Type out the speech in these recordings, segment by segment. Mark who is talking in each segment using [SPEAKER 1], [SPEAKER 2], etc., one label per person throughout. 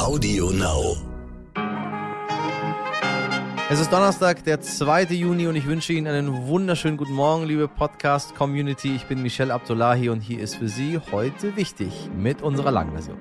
[SPEAKER 1] Audio Now.
[SPEAKER 2] Es ist Donnerstag, der 2. Juni und ich wünsche Ihnen einen wunderschönen guten Morgen, liebe Podcast-Community. Ich bin Michel Abdullahi und hier ist für Sie heute wichtig mit unserer Langversion.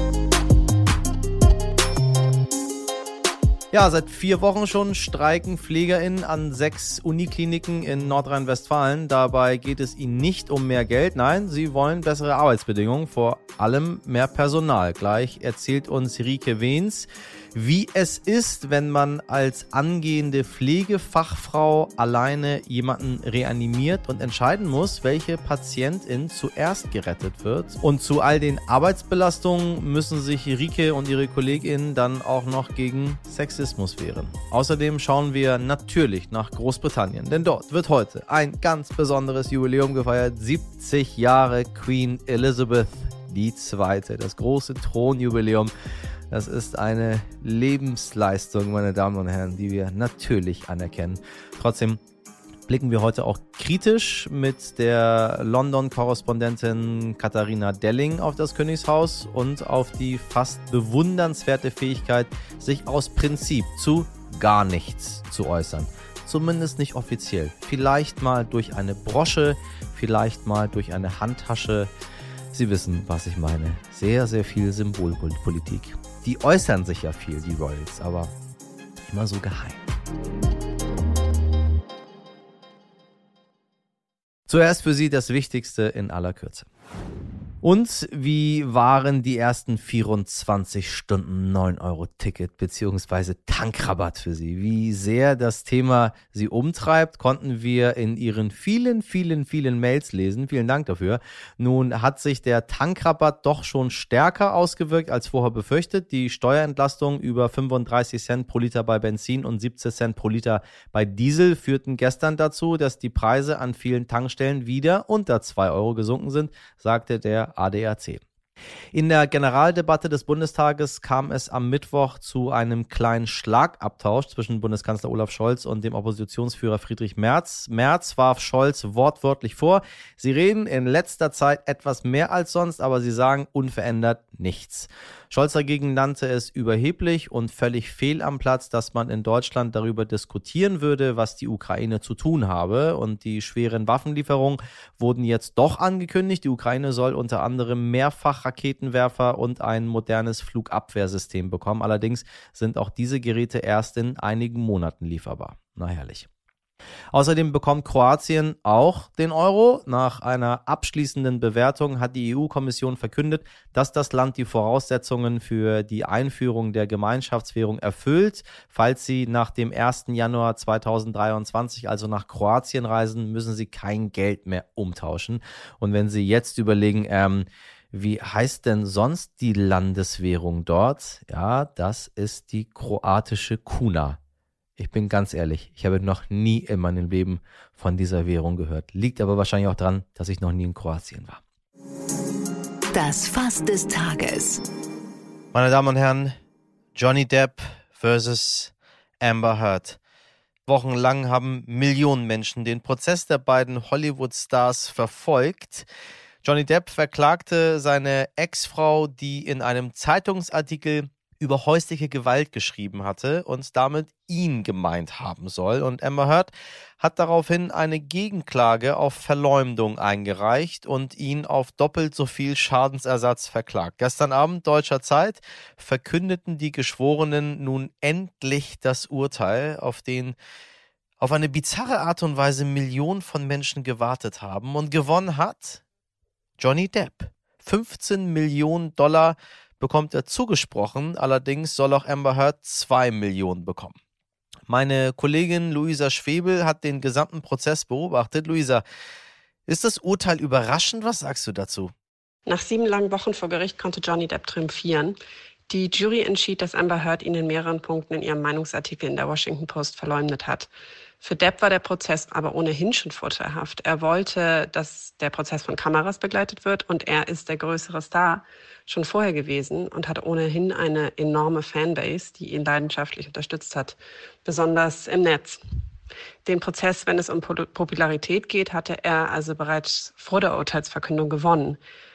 [SPEAKER 2] Ja, seit 4 Wochen schon streiken PflegerInnen an 6 Unikliniken in Nordrhein-Westfalen. Dabei geht es ihnen nicht um mehr Geld, nein, sie wollen bessere Arbeitsbedingungen, vor allem mehr Personal. Gleich erzählt uns Rike Wehns, wie es ist, wenn man als angehende Pflegefachfrau alleine jemanden reanimiert und entscheiden muss, welche Patientin zuerst gerettet wird. Und zu all den Arbeitsbelastungen müssen sich Rike und ihre KollegInnen dann auch noch gegen Sexismus wehren. Außerdem schauen wir natürlich nach Großbritannien, denn dort wird heute ein ganz besonderes Jubiläum gefeiert. 70 Jahre Queen Elizabeth II., das große Thronjubiläum. Das ist eine Lebensleistung, meine Damen und Herren, die wir natürlich anerkennen. Trotzdem blicken wir heute auch kritisch mit der London-Korrespondentin Katharina Delling auf das Königshaus und auf die fast bewundernswerte Fähigkeit, sich aus Prinzip zu gar nichts zu äußern. Zumindest nicht offiziell. Vielleicht mal durch eine Brosche, vielleicht mal durch eine Handtasche. Sie wissen, was ich meine. Sehr, sehr viel Symbolpolitik. Die äußern sich ja viel, die Royals, aber immer so geheim. Zuerst für Sie das Wichtigste in aller Kürze. Und wie waren die ersten 24 Stunden 9-Euro-Ticket bzw. Tankrabatt für Sie? Wie sehr das Thema Sie umtreibt, konnten wir in Ihren vielen Mails lesen. Vielen Dank dafür. Nun hat sich der Tankrabatt doch schon stärker ausgewirkt als vorher befürchtet. Die Steuerentlastung über 35 Cent pro Liter bei Benzin und 17 Cent pro Liter bei Diesel führten gestern dazu, dass die Preise an vielen Tankstellen wieder unter 2 Euro gesunken sind, sagte der ADAC. In der Generaldebatte des Bundestages kam es am Mittwoch zu einem kleinen Schlagabtausch zwischen Bundeskanzler Olaf Scholz und dem Oppositionsführer Friedrich Merz. Merz warf Scholz wortwörtlich vor, sie reden in letzter Zeit etwas mehr als sonst, aber sie sagen unverändert nichts. Scholz dagegen nannte es überheblich und völlig fehl am Platz, dass man in Deutschland darüber diskutieren würde, was die Ukraine zu tun habe. Und die schweren Waffenlieferungen wurden jetzt doch angekündigt. Die Ukraine soll unter anderem mehrfach Raketenwerfer und ein modernes Flugabwehrsystem bekommen. Allerdings sind auch diese Geräte erst in einigen Monaten lieferbar. Na herrlich. Außerdem bekommt Kroatien auch den Euro. Nach einer abschließenden Bewertung hat die EU-Kommission verkündet, dass das Land die Voraussetzungen für die Einführung der Gemeinschaftswährung erfüllt. Falls Sie nach dem 1. Januar 2023 also nach Kroatien reisen, müssen Sie kein Geld mehr umtauschen. Und wenn Sie jetzt überlegen, wie heißt denn sonst die Landeswährung dort? Ja, das ist die kroatische Kuna. Ich bin ganz ehrlich, ich habe noch nie in meinem Leben von dieser Währung gehört. Liegt aber wahrscheinlich auch daran, dass ich noch nie in Kroatien war.
[SPEAKER 3] Das Fass des Tages.
[SPEAKER 2] Meine Damen und Herren, Johnny Depp versus Amber Heard. Wochenlang haben Millionen Menschen den Prozess der beiden Hollywood-Stars verfolgt. Johnny Depp verklagte seine Ex-Frau, die in einem Zeitungsartikel über häusliche Gewalt geschrieben hatte und damit ihn gemeint haben soll. Und Amber Heard hat daraufhin eine Gegenklage auf Verleumdung eingereicht und ihn auf doppelt so viel Schadensersatz verklagt. Gestern Abend deutscher Zeit verkündeten die Geschworenen nun endlich das Urteil, auf eine bizarre Art und Weise Millionen von Menschen gewartet haben. Und gewonnen hat Johnny Depp. 15 Millionen Dollar bekommt er zugesprochen, allerdings soll auch Amber Heard 2 Millionen bekommen. Meine Kollegin Luisa Schwebel hat den gesamten Prozess beobachtet. Luisa, ist das Urteil überraschend? Was sagst du dazu?
[SPEAKER 4] Nach 7 langen Wochen vor Gericht konnte Johnny Depp triumphieren. Die Jury entschied, dass Amber Heard ihn in mehreren Punkten in ihrem Meinungsartikel in der Washington Post verleumdet hat. Für Depp war der Prozess aber ohnehin schon vorteilhaft. Er wollte, dass der Prozess von Kameras begleitet wird und er ist der größere Star schon vorher gewesen und hat ohnehin eine enorme Fanbase, die ihn leidenschaftlich unterstützt hat, besonders im Netz. Den Prozess, wenn es um Popularität geht, hatte er also bereits vor der Urteilsverkündung gewonnen.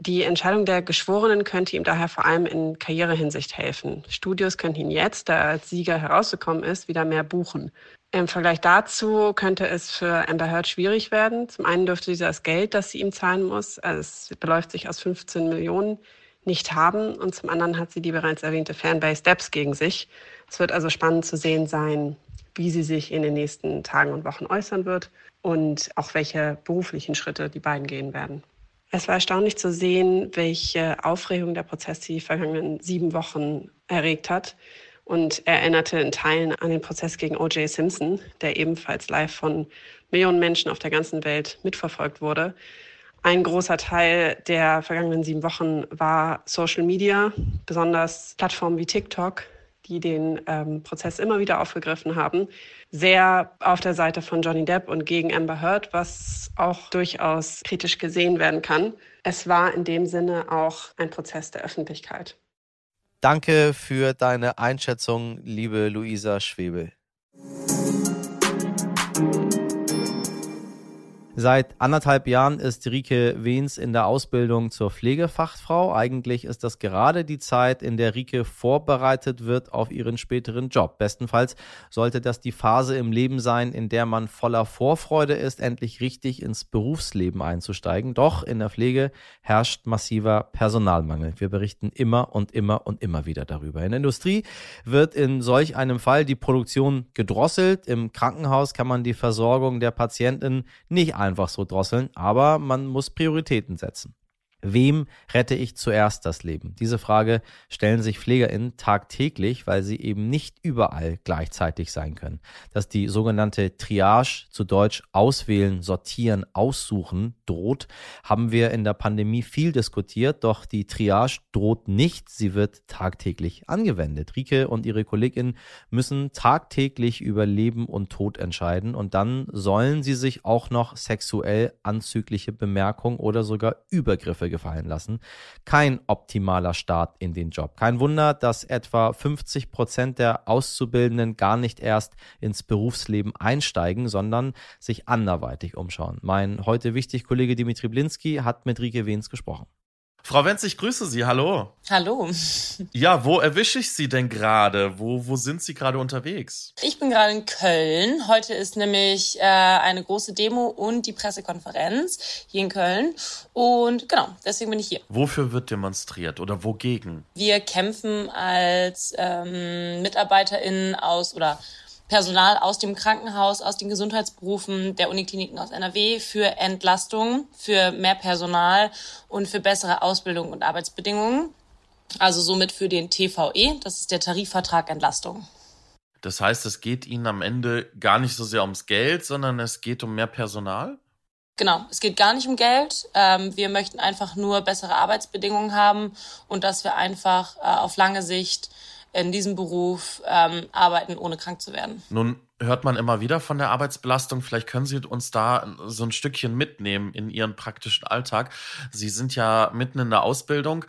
[SPEAKER 4] Die Entscheidung der Geschworenen könnte ihm daher vor allem in Karrierehinsicht helfen. Studios könnten ihn jetzt, da er als Sieger herausgekommen ist, wieder mehr buchen. Im Vergleich dazu könnte es für Amber Heard schwierig werden. Zum einen dürfte sie das Geld, das sie ihm zahlen muss, also es beläuft sich aus 15 Millionen, nicht haben. Und zum anderen hat sie die bereits erwähnte Fanbase Depps gegen sich. Es wird also spannend zu sehen sein, wie sie sich in den nächsten Tagen und Wochen äußern wird und auch welche beruflichen Schritte die beiden gehen werden. Es war erstaunlich zu sehen, welche Aufregung der Prozess die vergangenen 7 Wochen erregt hat. Und er erinnerte in Teilen an den Prozess gegen O.J. Simpson, der ebenfalls live von Millionen Menschen auf der ganzen Welt mitverfolgt wurde. Ein großer Teil der vergangenen 7 Wochen war Social Media, besonders Plattformen wie TikTok, die den Prozess immer wieder aufgegriffen haben, sehr auf der Seite von Johnny Depp und gegen Amber Heard, was auch durchaus kritisch gesehen werden kann. Es war in dem Sinne auch ein Prozess der Öffentlichkeit.
[SPEAKER 2] Danke für deine Einschätzung, liebe Luisa Schwebel. Seit 1,5 Jahren ist Rike Wehns in der Ausbildung zur Pflegefachfrau. Eigentlich ist das gerade die Zeit, in der Rike vorbereitet wird auf ihren späteren Job. Bestenfalls sollte das die Phase im Leben sein, in der man voller Vorfreude ist, endlich richtig ins Berufsleben einzusteigen. Doch in der Pflege herrscht massiver Personalmangel. Wir berichten immer und immer und immer wieder darüber. In der Industrie wird in solch einem Fall die Produktion gedrosselt. Im Krankenhaus kann man die Versorgung der Patienten nicht einfach so drosseln, aber man muss Prioritäten setzen. Wem rette ich zuerst das Leben? Diese Frage stellen sich PflegerInnen tagtäglich, weil sie eben nicht überall gleichzeitig sein können. Dass die sogenannte Triage, zu Deutsch auswählen, sortieren, aussuchen, droht, haben wir in der Pandemie viel diskutiert, doch die Triage droht nicht, sie wird tagtäglich angewendet. Rike und ihre KollegInnen müssen tagtäglich über Leben und Tod entscheiden und dann sollen sie sich auch noch sexuell anzügliche Bemerkungen oder sogar Übergriffe gefallen lassen. Kein optimaler Start in den Job. Kein Wunder, dass etwa 50% der Auszubildenden gar nicht erst ins Berufsleben einsteigen, sondern sich anderweitig umschauen. Mein heute wichtig Kollege Dimitri Blinski hat mit Rike Wehns gesprochen.
[SPEAKER 1] Frau Wenz, ich grüße Sie. Hallo.
[SPEAKER 5] Hallo.
[SPEAKER 1] Ja, wo erwische ich Sie denn gerade? Wo sind Sie gerade unterwegs?
[SPEAKER 5] Ich bin gerade in Köln. Heute ist nämlich eine große Demo und die Pressekonferenz hier in Köln. Und genau, deswegen bin ich hier.
[SPEAKER 1] Wofür wird demonstriert oder wogegen?
[SPEAKER 5] Wir kämpfen als MitarbeiterInnen oder Personal aus dem Krankenhaus, aus den Gesundheitsberufen der Unikliniken aus NRW für Entlastung, für mehr Personal und für bessere Ausbildung und Arbeitsbedingungen. Also somit für den TVE, das ist der Tarifvertrag Entlastung.
[SPEAKER 1] Das heißt, es geht Ihnen am Ende gar nicht so sehr ums Geld, sondern es geht um mehr Personal?
[SPEAKER 5] Genau, es geht gar nicht um Geld. Wir möchten einfach nur bessere Arbeitsbedingungen haben und dass wir einfach auf lange Sicht in diesem Beruf arbeiten, ohne krank zu werden.
[SPEAKER 1] Nun hört man immer wieder von der Arbeitsbelastung. Vielleicht können Sie uns da so ein Stückchen mitnehmen in Ihren praktischen Alltag. Sie sind ja mitten in der Ausbildung.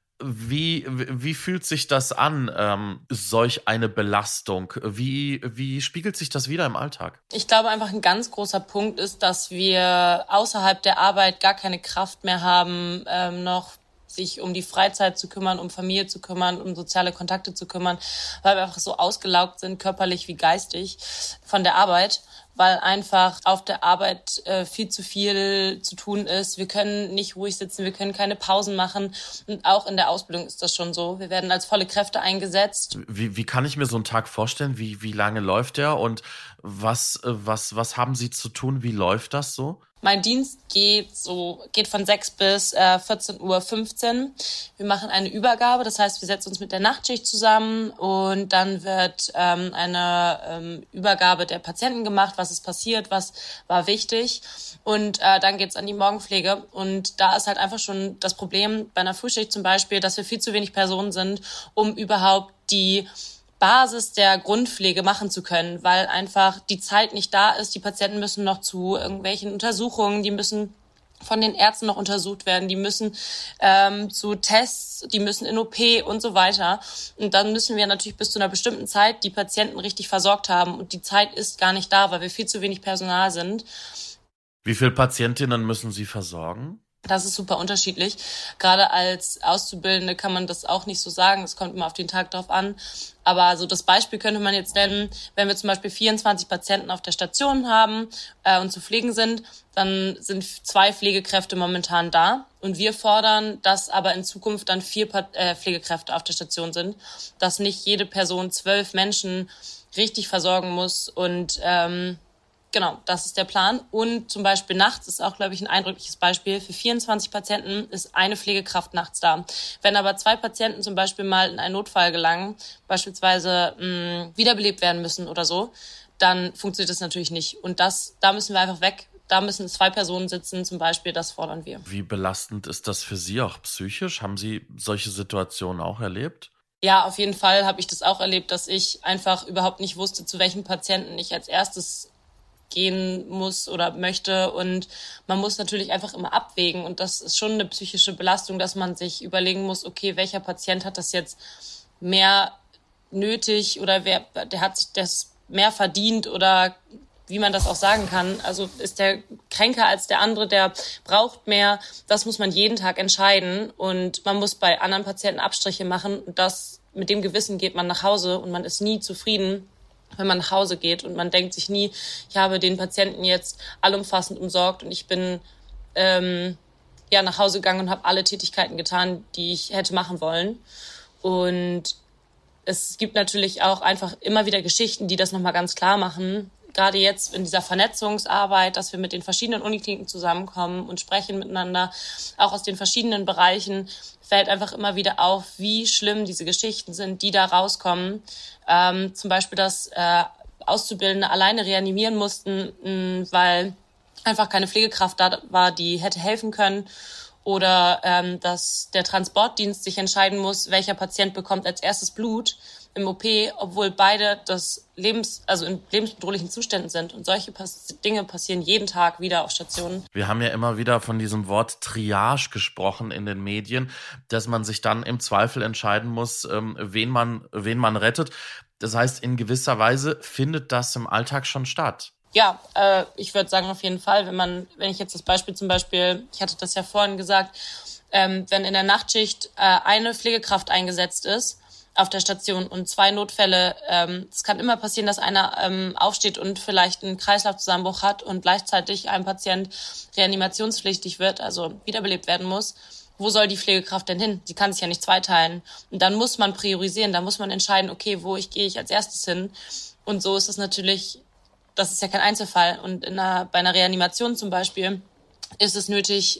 [SPEAKER 1] Wie fühlt sich das an, solch eine Belastung? Wie spiegelt sich das wieder im Alltag?
[SPEAKER 5] Ich glaube, einfach ein ganz großer Punkt ist, dass wir außerhalb der Arbeit gar keine Kraft mehr haben, noch sich um die Freizeit zu kümmern, um Familie zu kümmern, um soziale Kontakte zu kümmern, weil wir einfach so ausgelaugt sind, körperlich wie geistig, von der Arbeit, weil einfach auf der Arbeit viel zu viel zu tun ist. Wir können nicht ruhig sitzen, wir können keine Pausen machen. Und auch in der Ausbildung ist das schon so. Wir werden als volle Kräfte eingesetzt.
[SPEAKER 1] Wie kann ich mir so einen Tag vorstellen? Wie lange läuft der? Und was haben Sie zu tun? Wie läuft das so?
[SPEAKER 5] Mein Dienst geht von 6 bis 14:15 Uhr. Wir machen eine Übergabe, das heißt, wir setzen uns mit der Nachtschicht zusammen und dann wird eine Übergabe der Patienten gemacht, was ist passiert, was war wichtig und dann geht's an die Morgenpflege und da ist halt einfach schon das Problem bei einer Frühschicht zum Beispiel, dass wir viel zu wenig Personen sind, um überhaupt die Basis der Grundpflege machen zu können, weil einfach die Zeit nicht da ist. Die Patienten müssen noch zu irgendwelchen Untersuchungen, die müssen von den Ärzten noch untersucht werden, die müssen zu Tests, die müssen in OP und so weiter. Und dann müssen wir natürlich bis zu einer bestimmten Zeit die Patienten richtig versorgt haben. Und die Zeit ist gar nicht da, weil wir viel zu wenig Personal sind.
[SPEAKER 1] Wie viele Patientinnen müssen Sie versorgen?
[SPEAKER 5] Das ist super unterschiedlich. Gerade als Auszubildende kann man das auch nicht so sagen. Es kommt immer auf den Tag drauf an. Aber so das Beispiel könnte man jetzt nennen, wenn wir zum Beispiel 24 Patienten auf der Station haben und zu pflegen sind, dann sind 2 Pflegekräfte momentan da. Und wir fordern, dass aber in Zukunft dann 4 Pflegekräfte auf der Station sind, dass nicht jede Person 12 Menschen richtig versorgen muss. Und genau, das ist der Plan. Und zum Beispiel nachts ist auch, glaube ich, ein eindrückliches Beispiel. Für 24 Patienten ist eine Pflegekraft nachts da. Wenn aber 2 Patienten zum Beispiel mal in einen Notfall gelangen, beispielsweise wiederbelebt werden müssen oder so, dann funktioniert das natürlich nicht. Und da müssen wir einfach weg. Da müssen 2 Personen sitzen, zum Beispiel, das fordern wir.
[SPEAKER 1] Wie belastend ist das für Sie auch psychisch? Haben Sie solche Situationen auch erlebt?
[SPEAKER 5] Ja, auf jeden Fall habe ich das auch erlebt, dass ich einfach überhaupt nicht wusste, zu welchen Patienten ich als erstes gehen muss oder möchte. Und man muss natürlich einfach immer abwägen. Und das ist schon eine psychische Belastung, dass man sich überlegen muss, okay, welcher Patient hat das jetzt mehr nötig oder der hat sich das mehr verdient oder wie man das auch sagen kann. Also ist der kränker als der andere, der braucht mehr. Das muss man jeden Tag entscheiden. Und man muss bei anderen Patienten Abstriche machen. Und mit dem Gewissen geht man nach Hause und man ist nie zufrieden, wenn man nach Hause geht und man denkt sich nie, ich habe den Patienten jetzt allumfassend umsorgt und ich bin nach Hause gegangen und habe alle Tätigkeiten getan, die ich hätte machen wollen. Und es gibt natürlich auch einfach immer wieder Geschichten, die das nochmal ganz klar machen. Gerade jetzt in dieser Vernetzungsarbeit, dass wir mit den verschiedenen Unikliniken zusammenkommen und sprechen miteinander, auch aus den verschiedenen Bereichen, fällt einfach immer wieder auf, wie schlimm diese Geschichten sind, die da rauskommen. Zum Beispiel, dass Auszubildende alleine reanimieren mussten, weil einfach keine Pflegekraft da war, die hätte helfen können. Oder dass der Transportdienst sich entscheiden muss, welcher Patient bekommt als erstes Blut im OP, obwohl beide in lebensbedrohlichen Zuständen sind. Und solche Dinge passieren jeden Tag wieder auf Stationen.
[SPEAKER 1] Wir haben ja immer wieder von diesem Wort Triage gesprochen in den Medien, dass man sich dann im Zweifel entscheiden muss, wen man rettet. Das heißt, in gewisser Weise findet das im Alltag schon statt.
[SPEAKER 5] Ja, ich würde sagen auf jeden Fall, wenn ich jetzt das Beispiel ich hatte das ja vorhin gesagt, wenn in der Nachtschicht eine Pflegekraft eingesetzt ist auf der Station und 2 Notfälle, es kann immer passieren, dass einer aufsteht und vielleicht einen Kreislaufzusammenbruch hat und gleichzeitig ein Patient reanimationspflichtig wird, also wiederbelebt werden muss. Wo soll die Pflegekraft denn hin? Sie kann sich ja nicht zweiteilen. Und dann muss man priorisieren, dann muss man entscheiden, okay, gehe ich als erstes hin? Und so ist es natürlich. Das ist ja kein Einzelfall. Und bei einer Reanimation zum Beispiel ist es nötig,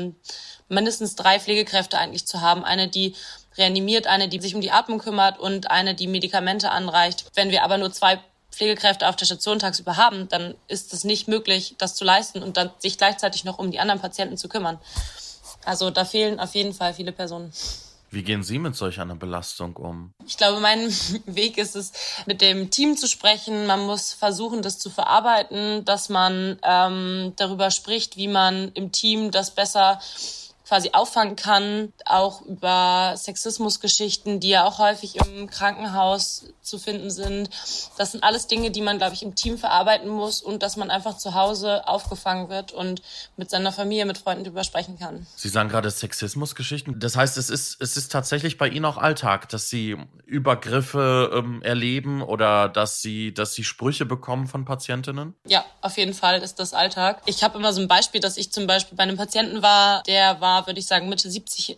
[SPEAKER 5] mindestens 3 Pflegekräfte eigentlich zu haben. Eine, die reanimiert, eine, die sich um die Atmung kümmert und eine, die Medikamente anreicht. Wenn wir aber nur 2 Pflegekräfte auf der Station tagsüber haben, dann ist es nicht möglich, das zu leisten und dann sich gleichzeitig noch um die anderen Patienten zu kümmern. Also da fehlen auf jeden Fall viele Personen.
[SPEAKER 1] Wie gehen Sie mit solch einer Belastung um?
[SPEAKER 5] Ich glaube, mein Weg ist es, mit dem Team zu sprechen. Man muss versuchen, das zu verarbeiten, dass man darüber spricht, wie man im Team das besser quasi auffangen kann, auch über Sexismusgeschichten, die ja auch häufig im Krankenhaus zu finden sind. Das sind alles Dinge, die man, glaube ich, im Team verarbeiten muss und dass man einfach zu Hause aufgefangen wird und mit seiner Familie, mit Freunden darüber sprechen kann.
[SPEAKER 1] Sie sagen gerade Sexismusgeschichten. Das heißt, es ist tatsächlich bei Ihnen auch Alltag, dass Sie Übergriffe erleben oder dass Sie Sprüche bekommen von Patientinnen?
[SPEAKER 5] Ja, auf jeden Fall ist das Alltag. Ich habe immer so ein Beispiel, dass ich zum Beispiel bei einem Patienten war, der war, würde ich sagen, Mitte 70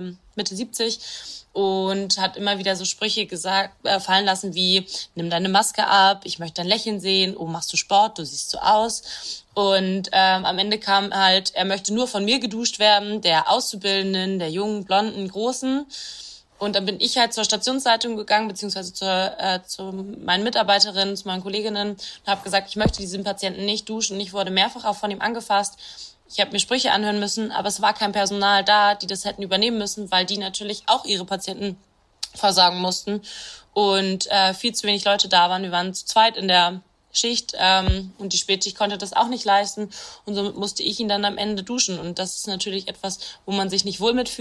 [SPEAKER 5] und hat immer wieder so Sprüche fallen lassen wie, nimm deine Maske ab, ich möchte dein Lächeln sehen, oh, machst du Sport, du siehst so aus. Und am Ende kam halt, er möchte nur von mir geduscht werden, der Auszubildenden, der jungen, blonden, großen. Und dann bin ich halt zur Stationsleitung gegangen, beziehungsweise zu meinen Mitarbeiterinnen, zu meinen Kolleginnen und habe gesagt, ich möchte diesen Patienten nicht duschen. Ich wurde mehrfach auch von ihm angefasst. Ich habe mir Sprüche anhören müssen, aber es war kein Personal da, die das hätten übernehmen müssen, weil die natürlich auch ihre Patienten versorgen mussten und viel zu wenig Leute da waren. Wir waren zu zweit in der Schicht und die Spätschicht konnte das auch nicht leisten und somit musste ich ihn dann am Ende duschen und das ist natürlich etwas, wo man sich nicht wohl mitfühlt.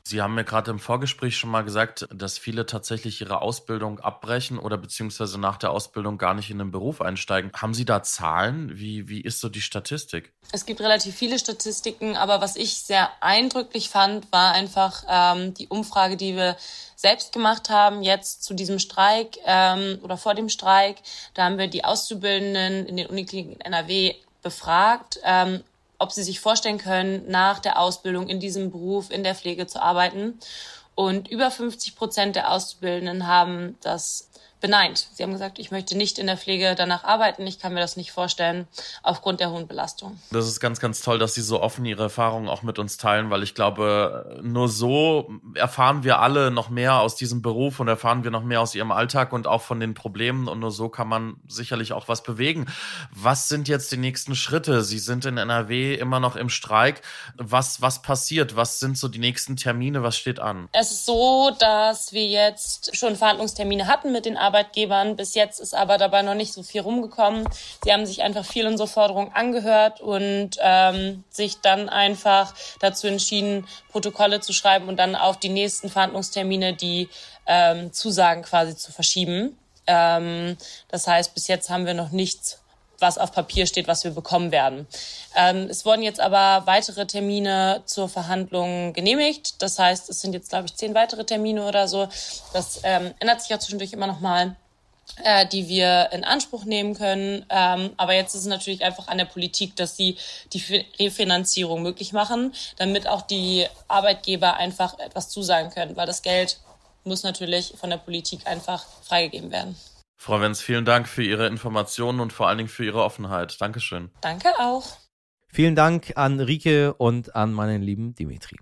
[SPEAKER 1] Sie haben mir gerade im Vorgespräch schon mal gesagt, dass viele tatsächlich ihre Ausbildung abbrechen oder beziehungsweise nach der Ausbildung gar nicht in den Beruf einsteigen. Haben Sie da Zahlen? Wie ist so die Statistik?
[SPEAKER 5] Es gibt relativ viele Statistiken, aber was ich sehr eindrücklich fand, war einfach die Umfrage, die wir selbst gemacht haben, jetzt zu diesem Streik oder vor dem Streik. Da haben wir die Auszubildenden in den Unikliniken in NRW befragt, ob sie sich vorstellen können, nach der Ausbildung in diesem Beruf in der Pflege zu arbeiten. Und über 50% der Auszubildenden haben das beneint. Sie haben gesagt, ich möchte nicht in der Pflege danach arbeiten, ich kann mir das nicht vorstellen, aufgrund der hohen Belastung.
[SPEAKER 1] Das ist ganz, ganz toll, dass Sie so offen Ihre Erfahrungen auch mit uns teilen, weil ich glaube, nur so erfahren wir alle noch mehr aus diesem Beruf und erfahren wir noch mehr aus Ihrem Alltag und auch von den Problemen und nur so kann man sicherlich auch was bewegen. Was sind jetzt die nächsten Schritte? Sie sind in NRW immer noch im Streik. Was passiert? Was sind so die nächsten Termine? Was steht an?
[SPEAKER 5] Es ist so, dass wir jetzt schon Verhandlungstermine hatten mit den Arbeitgebern. Bis jetzt ist aber dabei noch nicht so viel rumgekommen. Sie haben sich einfach viel unserer Forderungen angehört und sich dann einfach dazu entschieden, Protokolle zu schreiben und dann auf die nächsten Verhandlungstermine die Zusagen quasi zu verschieben. Das heißt, bis jetzt haben wir noch nichts, was auf Papier steht, was wir bekommen werden. Es wurden jetzt aber weitere Termine zur Verhandlung genehmigt. Das heißt, es sind jetzt, glaube ich, 10 weitere Termine oder so. Das ändert sich auch zwischendurch immer noch mal, die wir in Anspruch nehmen können. Aber jetzt ist es natürlich einfach an der Politik, dass sie die Refinanzierung möglich machen, damit auch die Arbeitgeber einfach etwas zusagen können, weil das Geld muss natürlich von der Politik einfach freigegeben werden.
[SPEAKER 1] Frau Wenz, vielen Dank für Ihre Informationen und vor allen Dingen für Ihre Offenheit. Dankeschön.
[SPEAKER 5] Danke auch.
[SPEAKER 2] Vielen Dank an Rike und an meinen lieben Dimitri.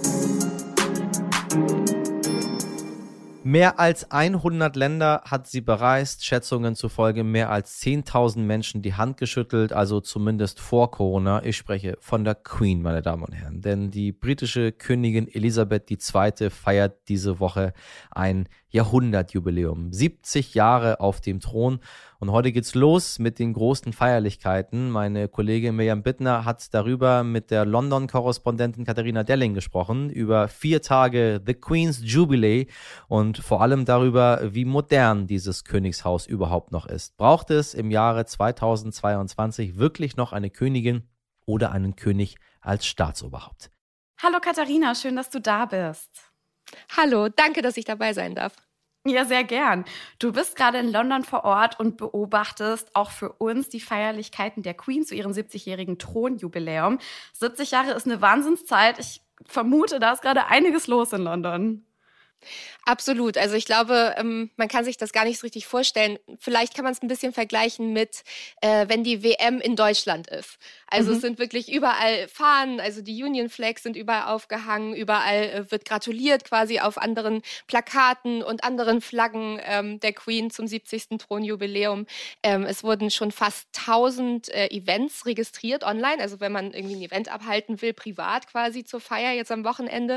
[SPEAKER 2] Mehr als 100 Länder hat sie bereist, Schätzungen zufolge mehr als 10.000 Menschen die Hand geschüttelt, also zumindest vor Corona. Ich spreche von der Queen, meine Damen und Herren, denn die britische Königin Elisabeth II. Feiert diese Woche ein Jahrhundertjubiläum, 70 Jahre auf dem Thron. Und heute geht's los mit den großen Feierlichkeiten. Meine Kollegin Mirjam Bittner hat darüber mit der London-Korrespondentin Katharina Delling gesprochen, über 4 Tage The Queen's Jubilee und vor allem darüber, wie modern dieses Königshaus überhaupt noch ist. Braucht es im Jahre 2022 wirklich noch eine Königin oder einen König als Staatsoberhaupt?
[SPEAKER 6] Hallo Katharina, schön, dass du da bist.
[SPEAKER 7] Hallo, danke, dass ich dabei sein darf.
[SPEAKER 6] Ja, sehr gern. Du bist gerade in London vor Ort und beobachtest auch für uns die Feierlichkeiten der Queen zu ihrem 70-jährigen Thronjubiläum. 70 Jahre ist eine Wahnsinnszeit. Ich vermute, da ist gerade einiges los in London.
[SPEAKER 7] Absolut. Also ich glaube, man kann sich das gar nicht so richtig vorstellen. Vielleicht kann man es ein bisschen vergleichen mit, wenn die WM in Deutschland ist. Also es sind wirklich überall Fahnen, also die Union Flags sind überall aufgehangen, überall wird gratuliert quasi auf anderen Plakaten und anderen Flaggen der Queen zum 70. Thronjubiläum. Es wurden schon fast 1000 Events registriert online, also wenn man irgendwie ein Event abhalten will, privat quasi zur Feier jetzt am Wochenende,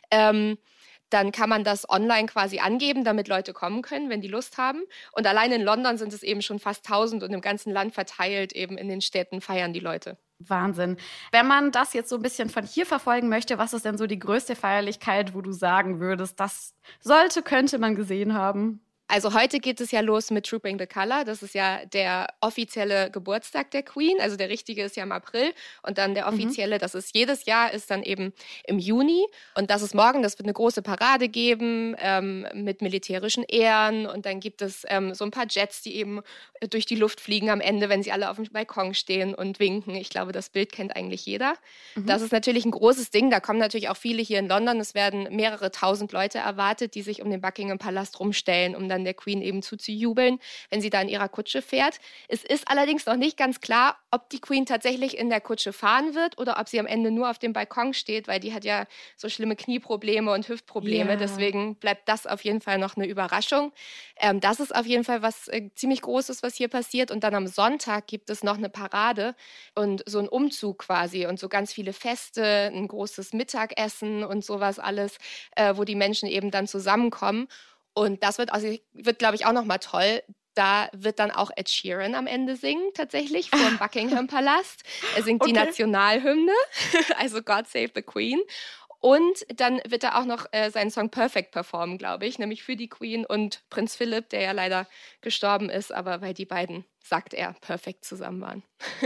[SPEAKER 7] dann kann man das online quasi angeben, damit Leute kommen können, wenn die Lust haben. Und allein in London sind es eben schon fast 1000 und im ganzen Land verteilt eben in den Städten feiern die Leute.
[SPEAKER 6] Wahnsinn. Wenn man das jetzt so ein bisschen von hier verfolgen möchte, was ist denn so die größte Feierlichkeit, wo du sagen würdest, das könnte man gesehen haben?
[SPEAKER 7] Also heute geht es ja los mit Trooping the Colour. Das ist ja der offizielle Geburtstag der Queen. Also der richtige ist ja im April und dann der offizielle, das ist jedes Jahr, ist dann eben im Juni. Und das ist morgen, das wird eine große Parade geben mit militärischen Ehren. Und dann gibt es so ein paar Jets, die eben durch die Luft fliegen am Ende, wenn sie alle auf dem Balkon stehen und winken. Ich glaube, das Bild kennt eigentlich jeder. Das ist natürlich ein großes Ding. Da kommen natürlich auch viele hier in London. Es werden mehrere 1000 Leute erwartet, die sich um den Buckingham Palast rumstellen, um dann der Queen eben zuzujubeln, wenn sie da in ihrer Kutsche fährt. Es ist allerdings noch nicht ganz klar, ob die Queen tatsächlich in der Kutsche fahren wird oder ob sie am Ende nur auf dem Balkon steht, weil die hat ja so schlimme Knieprobleme und Hüftprobleme. Ja. Deswegen bleibt das auf jeden Fall noch eine Überraschung. Das ist auf jeden Fall was ziemlich Großes, was hier passiert. Und dann am Sonntag gibt es noch eine Parade und so ein Umzug quasi und so ganz viele Feste, ein großes Mittagessen und sowas alles, wo die Menschen eben dann zusammenkommen. Und das wird, glaube ich, auch nochmal toll. Da wird dann auch Ed Sheeran am Ende singen, tatsächlich, vor dem Buckingham Palast. Er singt die Nationalhymne, also God Save the Queen. Und dann wird er auch noch seinen Song Perfect performen, glaube ich, nämlich für die Queen und Prinz Philipp, der ja leider gestorben ist, aber weil die beiden, sagt er, perfekt zusammen waren.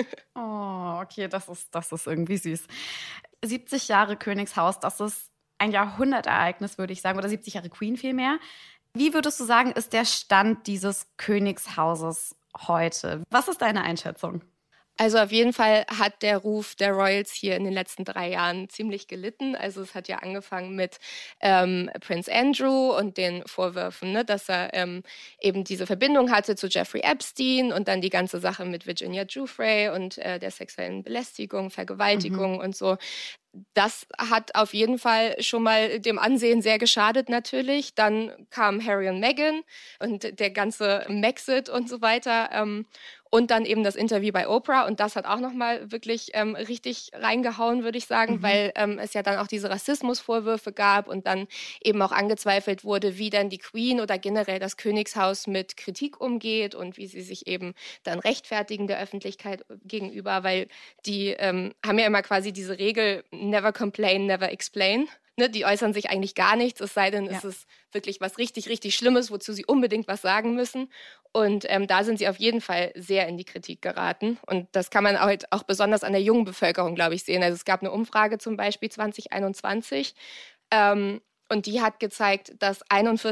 [SPEAKER 6] Oh, okay, das ist irgendwie süß. 70 Jahre Königshaus, das ist ein Jahrhundertereignis, würde ich sagen, oder 70 Jahre Queen vielmehr. Wie würdest du sagen, ist der Stand dieses Königshauses heute? Was ist deine Einschätzung?
[SPEAKER 7] Also auf jeden Fall hat der Ruf der Royals hier in den letzten 3 Jahren ziemlich gelitten. Also es hat ja angefangen mit Prince Andrew und den Vorwürfen, ne, dass er eben diese Verbindung hatte zu Jeffrey Epstein und dann die ganze Sache mit Virginia Giuffre und der sexuellen Belästigung, Vergewaltigung und so. Das hat auf jeden Fall schon mal dem Ansehen sehr geschadet natürlich. Dann kam Harry und Meghan und der ganze Maxit und so weiter. Und dann eben das Interview bei Oprah. Und das hat auch nochmal wirklich richtig reingehauen, würde ich sagen, weil es ja dann auch diese Rassismusvorwürfe gab und dann eben auch angezweifelt wurde, wie dann die Queen oder generell das Königshaus mit Kritik umgeht und wie sie sich eben dann rechtfertigen der Öffentlichkeit gegenüber, weil die haben ja immer quasi diese Regel, never complain, never explain. Ne, die äußern sich eigentlich gar nichts, es sei denn, es ist wirklich was richtig, richtig Schlimmes, wozu sie unbedingt was sagen müssen. Und da sind sie auf jeden Fall sehr in die Kritik geraten. Und das kann man halt auch besonders an der jungen Bevölkerung, glaube ich, sehen. Also es gab eine Umfrage zum Beispiel 2021, und die hat gezeigt, dass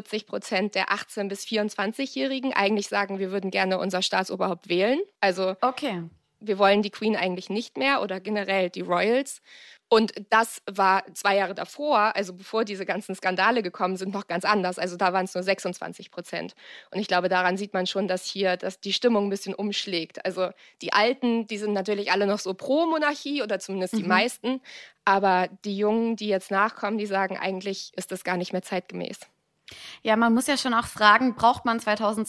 [SPEAKER 7] 41% der 18- bis 24-Jährigen eigentlich sagen, wir würden gerne unser Staatsoberhaupt wählen. Also wir wollen die Queen eigentlich nicht mehr oder generell die Royals. Und das war 2 Jahre davor, also bevor diese ganzen Skandale gekommen sind, noch ganz anders. Also da waren es nur 26%. Und ich glaube, daran sieht man schon, dass die Stimmung ein bisschen umschlägt. Also die Alten, die sind natürlich alle noch so pro Monarchie oder zumindest die meisten. Aber die Jungen, die jetzt nachkommen, die sagen, eigentlich ist das gar nicht mehr zeitgemäß.
[SPEAKER 6] Ja, man muss ja schon auch fragen, braucht man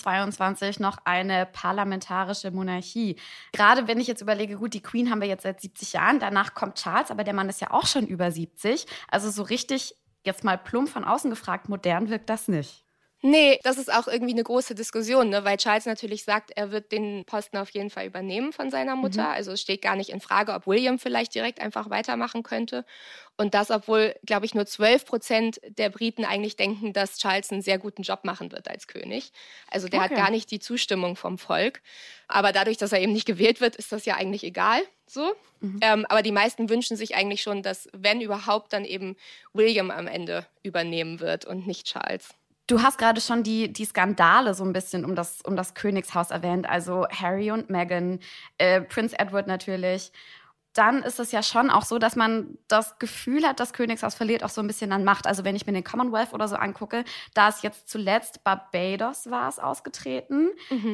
[SPEAKER 6] 2022 noch eine parlamentarische Monarchie? Gerade wenn ich jetzt überlege, gut, die Queen haben wir jetzt seit 70 Jahren, danach kommt Charles, aber der Mann ist ja auch schon über 70. Also so richtig, jetzt mal plump von außen gefragt, modern wirkt das nicht.
[SPEAKER 7] Nee, das ist auch irgendwie eine große Diskussion, ne? Weil Charles natürlich sagt, er wird den Posten auf jeden Fall übernehmen von seiner Mutter. Also es steht gar nicht in Frage, ob William vielleicht direkt einfach weitermachen könnte. Und das, obwohl, glaube ich, nur 12% der Briten eigentlich denken, dass Charles einen sehr guten Job machen wird als König. Also der hat gar nicht die Zustimmung vom Volk. Aber dadurch, dass er eben nicht gewählt wird, ist das ja eigentlich egal. So. Aber die meisten wünschen sich eigentlich schon, dass, wenn überhaupt, dann eben William am Ende übernehmen wird und nicht Charles.
[SPEAKER 6] Du hast gerade schon die Skandale so ein bisschen um das Königshaus erwähnt, also Harry und Meghan, Prince Edward natürlich. Dann ist es ja schon auch so, dass man das Gefühl hat, das Königshaus verliert auch so ein bisschen an Macht. Also wenn ich mir den Commonwealth oder so angucke, da ist jetzt zuletzt Barbados war es ausgetreten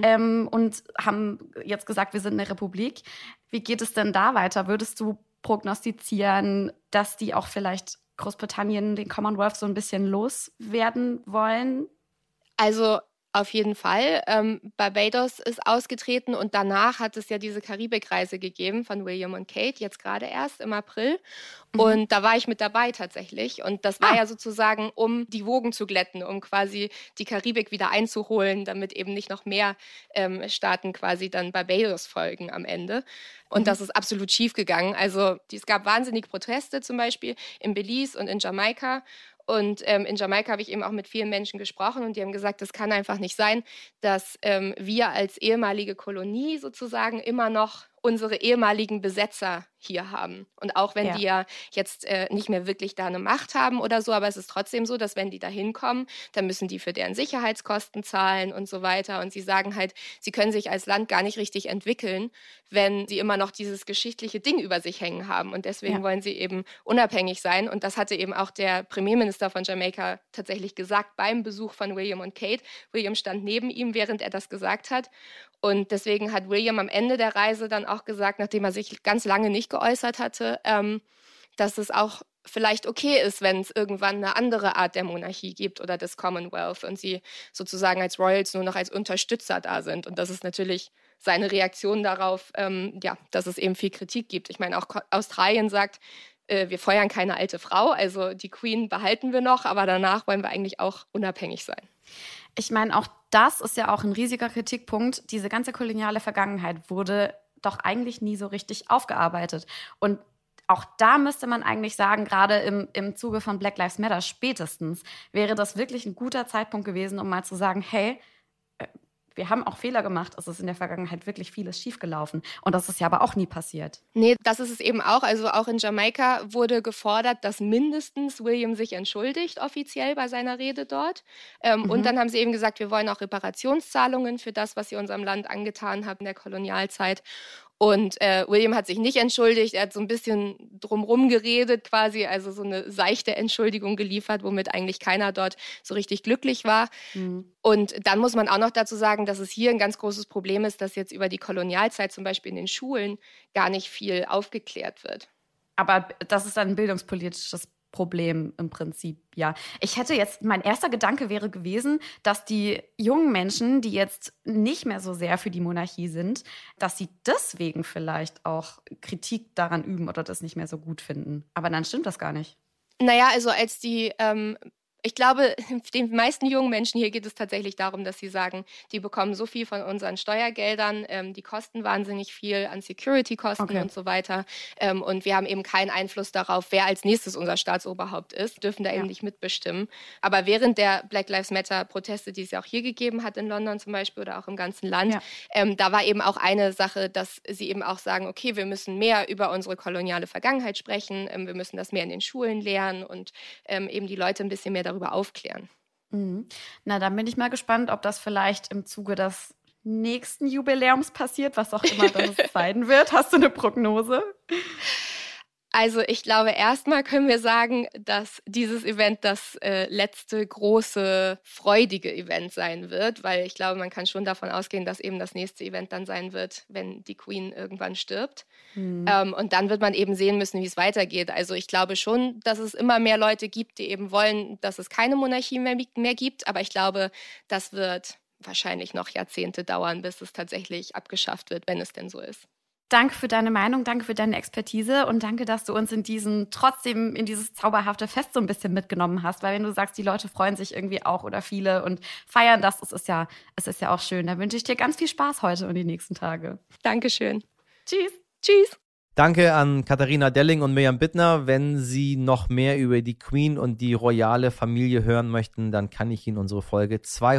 [SPEAKER 6] und haben jetzt gesagt, wir sind eine Republik. Wie geht es denn da weiter? Würdest du prognostizieren, dass die auch vielleicht Großbritannien den Commonwealth so ein bisschen loswerden wollen?
[SPEAKER 7] Also auf jeden Fall. Barbados ist ausgetreten und danach hat es ja diese Karibikreise gegeben von William und Kate, jetzt gerade erst im April. Und da war ich mit dabei tatsächlich. Und das war ja sozusagen, um die Wogen zu glätten, um quasi die Karibik wieder einzuholen, damit eben nicht noch mehr Staaten quasi dann Barbados folgen am Ende. Und das ist absolut schief gegangen. Also es gab wahnsinnige Proteste zum Beispiel in Belize und in Jamaika. Und in Jamaika habe ich eben auch mit vielen Menschen gesprochen und die haben gesagt, das kann einfach nicht sein, dass wir als ehemalige Kolonie sozusagen immer noch unsere ehemaligen Besetzer hier haben. Und auch wenn die ja jetzt nicht mehr wirklich da eine Macht haben oder so, aber es ist trotzdem so, dass wenn die da hinkommen, dann müssen die für deren Sicherheitskosten zahlen und so weiter. Und sie sagen halt, sie können sich als Land gar nicht richtig entwickeln, wenn sie immer noch dieses geschichtliche Ding über sich hängen haben. Und deswegen wollen sie eben unabhängig sein. Und das hatte eben auch der Premierminister von Jamaika tatsächlich gesagt beim Besuch von William und Kate. William stand neben ihm, während er das gesagt hat. Und deswegen hat William am Ende der Reise dann auch gesagt, nachdem er sich ganz lange nicht geäußert hatte, dass es auch vielleicht okay ist, wenn es irgendwann eine andere Art der Monarchie gibt oder des Commonwealth und sie sozusagen als Royals nur noch als Unterstützer da sind. Und das ist natürlich seine Reaktion darauf, dass es eben viel Kritik gibt. Ich meine, auch Australien sagt, wir feuern keine alte Frau, also die Queen behalten wir noch, aber danach wollen wir eigentlich auch unabhängig sein.
[SPEAKER 6] Ich meine, auch das ist ja auch ein riesiger Kritikpunkt. Diese ganze koloniale Vergangenheit wurde doch eigentlich nie so richtig aufgearbeitet. Und auch da müsste man eigentlich sagen, gerade im Zuge von Black Lives Matter spätestens, wäre das wirklich ein guter Zeitpunkt gewesen, um mal zu sagen, hey, wir haben auch Fehler gemacht. Es ist in der Vergangenheit wirklich vieles schiefgelaufen. Und das ist ja aber auch nie passiert.
[SPEAKER 7] Nee, das ist es eben auch. Also auch in Jamaika wurde gefordert, dass mindestens William sich entschuldigt, offiziell bei seiner Rede dort. Und dann haben sie eben gesagt, wir wollen auch Reparationszahlungen für das, was sie unserem Land angetan haben in der Kolonialzeit. Und William hat sich nicht entschuldigt, er hat so ein bisschen drumrum geredet quasi, also so eine seichte Entschuldigung geliefert, womit eigentlich keiner dort so richtig glücklich war. Und dann muss man auch noch dazu sagen, dass es hier ein ganz großes Problem ist, dass jetzt über die Kolonialzeit zum Beispiel in den Schulen gar nicht viel aufgeklärt wird.
[SPEAKER 6] Aber das ist ein bildungspolitisches Problem im Prinzip, ja. Mein erster Gedanke wäre gewesen, dass die jungen Menschen, die jetzt nicht mehr so sehr für die Monarchie sind, dass sie deswegen vielleicht auch Kritik daran üben oder das nicht mehr so gut finden. Aber dann stimmt das gar nicht.
[SPEAKER 7] Naja, also ich glaube, den meisten jungen Menschen hier geht es tatsächlich darum, dass sie sagen, die bekommen so viel von unseren Steuergeldern, die kosten wahnsinnig viel an Security-Kosten und so weiter. Und wir haben eben keinen Einfluss darauf, wer als nächstes unser Staatsoberhaupt ist, dürfen da eben nicht mitbestimmen. Aber während der Black Lives Matter-Proteste, die es ja auch hier gegeben hat, in London zum Beispiel oder auch im ganzen Land, da war eben auch eine Sache, dass sie eben auch sagen, okay, wir müssen mehr über unsere koloniale Vergangenheit sprechen, wir müssen das mehr in den Schulen lernen und eben die Leute ein bisschen mehr darüber aufklären.
[SPEAKER 6] Na, dann bin ich mal gespannt, ob das vielleicht im Zuge des nächsten Jubiläums passiert, was auch immer das sein wird. Hast du eine Prognose?
[SPEAKER 7] Also ich glaube, erstmal können wir sagen, dass dieses Event das letzte große, freudige Event sein wird, weil ich glaube, man kann schon davon ausgehen, dass eben das nächste Event dann sein wird, wenn die Queen irgendwann stirbt. Und dann wird man eben sehen müssen, wie es weitergeht. Also ich glaube schon, dass es immer mehr Leute gibt, die eben wollen, dass es keine Monarchie mehr gibt, aber ich glaube, das wird wahrscheinlich noch Jahrzehnte dauern, bis es tatsächlich abgeschafft wird, wenn es denn so ist.
[SPEAKER 6] Danke für deine Meinung, danke für deine Expertise und danke, dass du uns trotzdem in dieses zauberhafte Fest so ein bisschen mitgenommen hast, weil wenn du sagst, die Leute freuen sich irgendwie auch oder viele und feiern das, es ist ja auch schön. Da wünsche ich dir ganz viel Spaß heute und die nächsten Tage.
[SPEAKER 7] Dankeschön.
[SPEAKER 6] Tschüss.
[SPEAKER 7] Tschüss.
[SPEAKER 2] Danke an Katharina Delling und Mirjam Bittner. Wenn Sie noch mehr über die Queen und die royale Familie hören möchten, dann kann ich Ihnen unsere Folge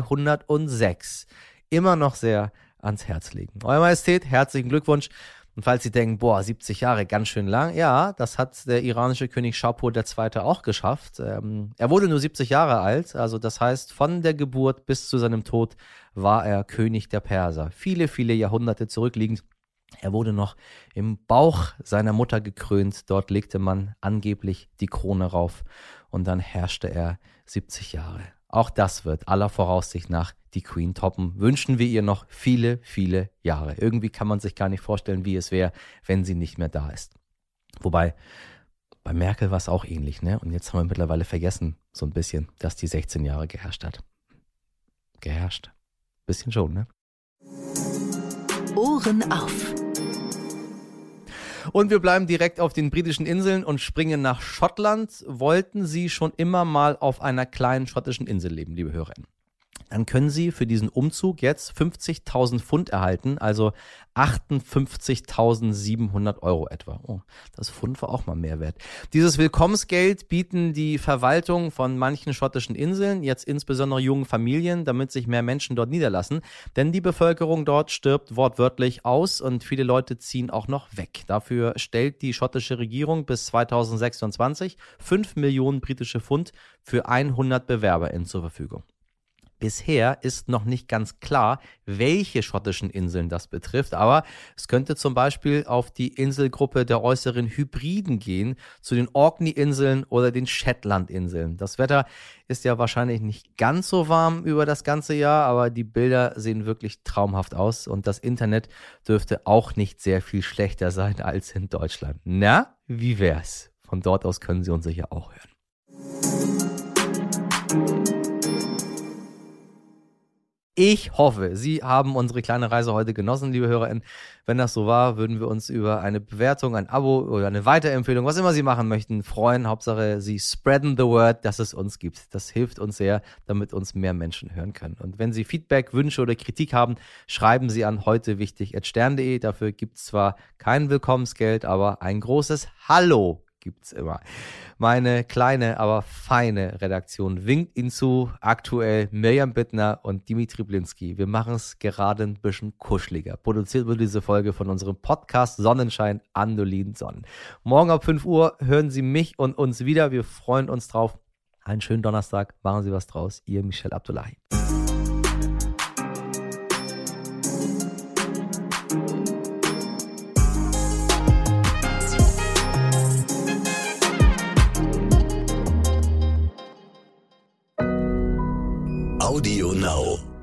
[SPEAKER 2] 206 immer noch sehr ans Herz legen. Euer Majestät, herzlichen Glückwunsch. Und falls Sie denken, 70 Jahre, ganz schön lang, ja, das hat der iranische König Schapur II. Auch geschafft. Er wurde nur 70 Jahre alt, also das heißt, von der Geburt bis zu seinem Tod war er König der Perser. Viele, viele Jahrhunderte zurückliegend. Er wurde noch im Bauch seiner Mutter gekrönt. Dort legte man angeblich die Krone rauf und dann herrschte er 70 Jahre. Auch das wird aller Voraussicht nach die Queen toppen. Wünschen wir ihr noch viele, viele Jahre. Irgendwie kann man sich gar nicht vorstellen, wie es wäre, wenn sie nicht mehr da ist. Wobei, bei Merkel war es auch ähnlich, ne? Und jetzt haben wir mittlerweile vergessen, so ein bisschen, dass die 16 Jahre geherrscht hat. Geherrscht. Bisschen schon, ne?
[SPEAKER 3] Ohren auf.
[SPEAKER 2] Und wir bleiben direkt auf den britischen Inseln und springen nach Schottland. Wollten Sie schon immer mal auf einer kleinen schottischen Insel leben, liebe Hörerinnen? Dann können Sie für diesen Umzug jetzt 50.000 Pfund erhalten, also 58.700 € etwa. Oh, das Pfund war auch mal mehr wert. Dieses Willkommensgeld bieten die Verwaltung von manchen schottischen Inseln, jetzt insbesondere jungen Familien, damit sich mehr Menschen dort niederlassen. Denn die Bevölkerung dort stirbt wortwörtlich aus und viele Leute ziehen auch noch weg. Dafür stellt die schottische Regierung bis 2026 5 Millionen britische Pfund für 100 BewerberInnen zur Verfügung. Bisher ist noch nicht ganz klar, welche schottischen Inseln das betrifft, aber es könnte zum Beispiel auf die Inselgruppe der Äußeren Hebriden gehen, zu den Orkney-Inseln oder den Shetland-Inseln. Das Wetter ist ja wahrscheinlich nicht ganz so warm über das ganze Jahr, aber die Bilder sehen wirklich traumhaft aus und das Internet dürfte auch nicht sehr viel schlechter sein als in Deutschland. Na, wie wär's? Von dort aus können Sie uns sicher auch hören. Ich hoffe, Sie haben unsere kleine Reise heute genossen, liebe HörerInnen. Wenn das so war, würden wir uns über eine Bewertung, ein Abo oder eine Weiterempfehlung, was immer Sie machen möchten, freuen. Hauptsache, Sie spreaden the word, dass es uns gibt. Das hilft uns sehr, damit uns mehr Menschen hören können. Und wenn Sie Feedback, Wünsche oder Kritik haben, schreiben Sie an heutewichtig@stern.de. Dafür gibt es zwar kein Willkommensgeld, aber ein großes Hallo gibt's immer. Meine kleine, aber feine Redaktion winkt Ihnen zu. Aktuell Mirjam Bittner und Dimitri Blinski. Wir machen es gerade ein bisschen kuscheliger. Produziert wurde diese Folge von unserem Podcast Sonnenschein Andolin Sonnen. Morgen ab 5 Uhr hören Sie mich und uns wieder. Wir freuen uns drauf. Einen schönen Donnerstag. Machen Sie was draus. Ihr Michel Abdullahi.
[SPEAKER 8] Audio Now.